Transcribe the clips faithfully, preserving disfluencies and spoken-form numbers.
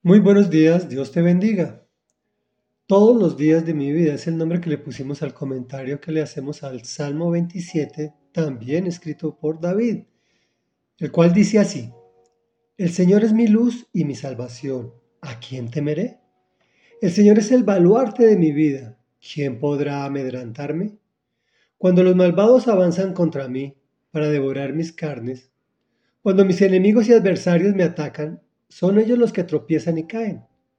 Muy buenos días, Dios te bendiga. Todos los días de mi vida es el nombre que le pusimos al comentario que le hacemos al Salmo veintisiete, también escrito por David, el cual dice así: El Señor es mi luz y mi salvación. ¿A quién temeré? El Señor es el baluarte de mi vida. ¿Quién podrá amedrentarme? Cuando los malvados avanzan contra mí para devorar mis carnes, cuando mis enemigos y adversarios me atacan, son ellos los que tropiezan y caen.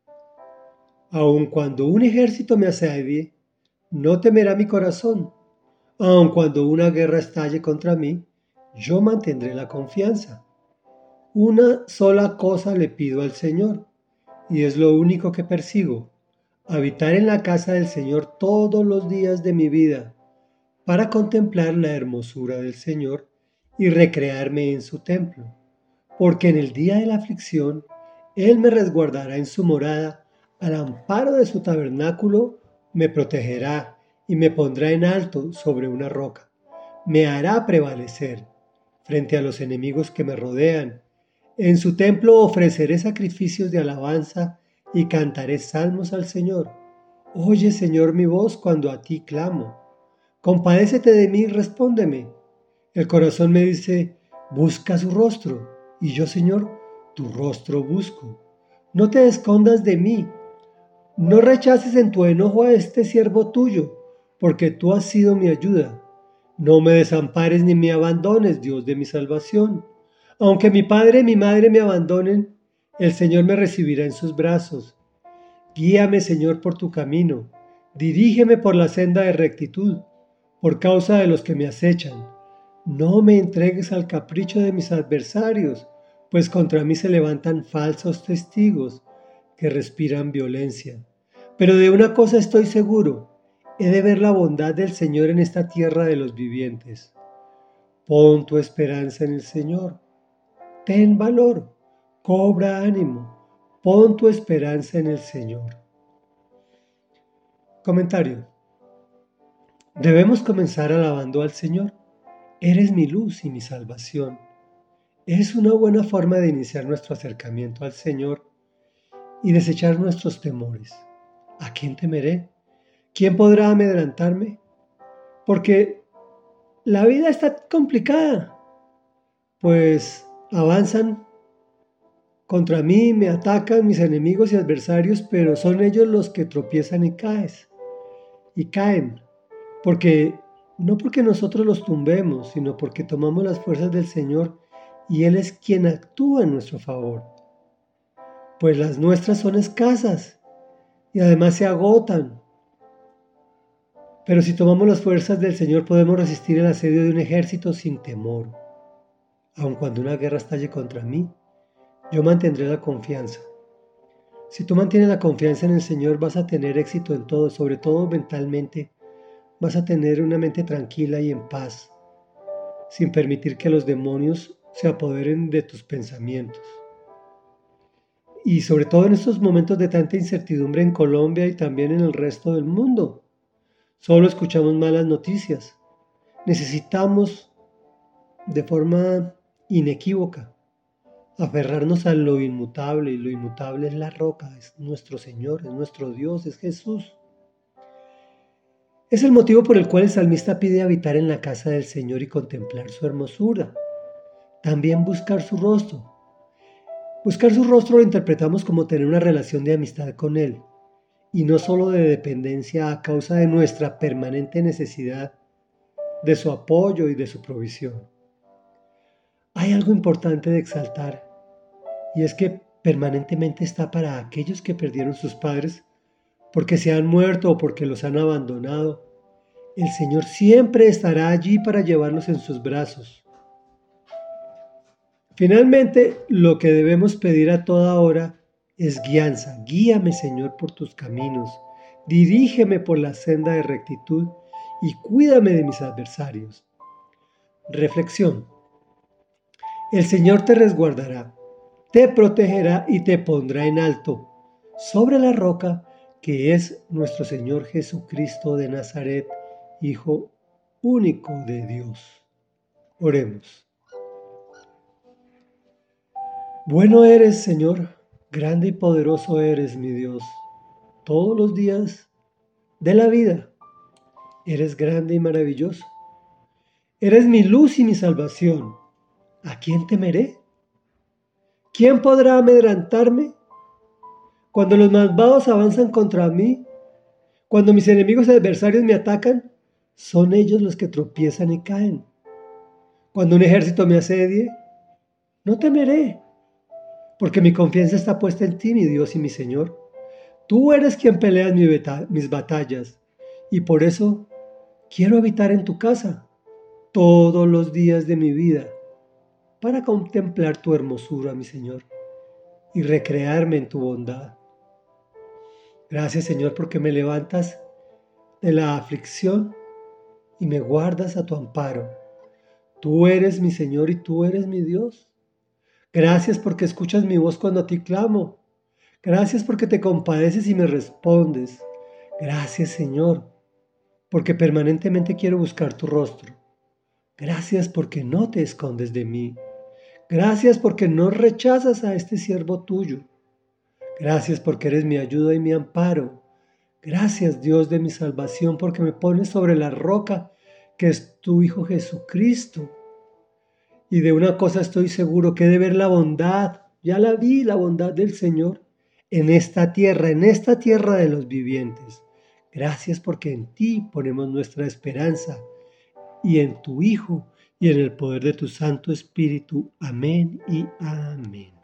Aun cuando un ejército me asedie, no temerá mi corazón. Aun cuando una guerra estalle contra mí, yo mantendré la confianza. Una sola cosa le pido al Señor, y es lo único que persigo: habitar en la casa del Señor todos los días de mi vida, para contemplar la hermosura del Señor y recrearme en su templo. Porque en el día de la aflicción, Él me resguardará en su morada, al amparo de su tabernáculo me protegerá y me pondrá en alto sobre una roca. Me hará prevalecer frente a los enemigos que me rodean. En su templo ofreceré sacrificios de alabanza y cantaré salmos al Señor. Oye, Señor, mi voz cuando a ti clamo. Compadécete de mí y respóndeme. El corazón me dice: busca su rostro. Y yo, Señor, tu rostro busco. No te escondas de mí. No rechaces en tu enojo a este siervo tuyo, porque tú has sido mi ayuda. No me desampares ni me abandones, Dios de mi salvación. Aunque mi padre y mi madre me abandonen, el Señor me recibirá en sus brazos. Guíame, Señor, por tu camino. Dirígeme por la senda de rectitud, por causa de los que me acechan. No me entregues al capricho de mis adversarios, pues contra mí se levantan falsos testigos que respiran violencia. Pero de una cosa estoy seguro: he de ver la bondad del Señor en esta tierra de los vivientes. Pon tu esperanza en el Señor. Ten valor, cobra ánimo, pon tu esperanza en el Señor. Comentario. Debemos comenzar alabando al Señor. Eres mi luz y mi salvación. Es una buena forma de iniciar nuestro acercamiento al Señor y desechar nuestros temores. ¿A quién temeré? ¿Quién podrá amedrentarme? Porque la vida está complicada, pues avanzan contra mí, me atacan mis enemigos y adversarios, pero son ellos los que tropiezan y caen, y caen, porque no porque nosotros los tumbemos, sino porque tomamos las fuerzas del Señor y Él es quien actúa en nuestro favor. Pues las nuestras son escasas y además se agotan. Pero si tomamos las fuerzas del Señor, podemos resistir el asedio de un ejército sin temor. Aun cuando una guerra estalle contra mí, yo mantendré la confianza. Si tú mantienes la confianza en el Señor, vas a tener éxito en todo, sobre todo mentalmente. Vas a tener una mente tranquila y en paz, sin permitir que los demonios se apoderen de tus pensamientos. Y sobre todo en estos momentos de tanta incertidumbre en Colombia y también en el resto del mundo. Solo escuchamos malas noticias. Necesitamos, de forma inequívoca, aferrarnos a lo inmutable, y lo inmutable es la roca, es nuestro Señor, es nuestro Dios, es Jesús. Es el motivo por el cual el salmista pide habitar en la casa del Señor y contemplar su hermosura. También buscar su rostro. Buscar su rostro lo interpretamos como tener una relación de amistad con Él, y no solo de dependencia a causa de nuestra permanente necesidad de su apoyo y de su provisión. Hay algo importante de exaltar, y es que permanentemente está para aquellos que perdieron sus padres porque se han muerto o porque los han abandonado. El Señor siempre estará allí para llevarlos en sus brazos. Finalmente, lo que debemos pedir a toda hora es guianza. Guíame, Señor, por tus caminos. Dirígeme por la senda de rectitud y cuídame de mis adversarios. Reflexión. El Señor te resguardará, te protegerá y te pondrá en alto, sobre la roca que es nuestro Señor Jesucristo de Nazaret, Hijo único de Dios. Oremos. Bueno eres, Señor, Grande y poderoso eres, mi Dios, todos los días de la vida. Eres grande y maravilloso. Eres mi luz y mi salvación. ¿A quién temeré? ¿Quién podrá amedrentarme? Cuando los malvados avanzan contra mí, cuando mis enemigos y adversarios me atacan, son ellos los que tropiezan y caen. Cuando un ejército me asedie, no temeré, porque mi confianza está puesta en ti, mi Dios y mi Señor. Tú eres quien peleas mis batallas, y por eso quiero habitar en tu casa todos los días de mi vida, para contemplar tu hermosura, mi Señor, y recrearme en tu bondad. Gracias, Señor, porque me levantas de la aflicción y me guardas a tu amparo. Tú eres mi Señor y tú eres mi Dios. Gracias porque escuchas mi voz cuando a ti clamo. Gracias porque te compadeces y me respondes. Gracias, Señor, porque permanentemente quiero buscar tu rostro. Gracias porque no te escondes de mí. Gracias porque no rechazas a este siervo tuyo. Gracias porque eres mi ayuda y mi amparo. Gracias, Dios de mi salvación, porque me pones sobre la roca que es tu Hijo Jesucristo. Y de una cosa estoy seguro, que he de ver la bondad, ya la vi, la bondad del Señor, en esta tierra, en esta tierra de los vivientes. Gracias porque en ti ponemos nuestra esperanza y en tu Hijo y en el poder de tu Santo Espíritu. Amén y amén.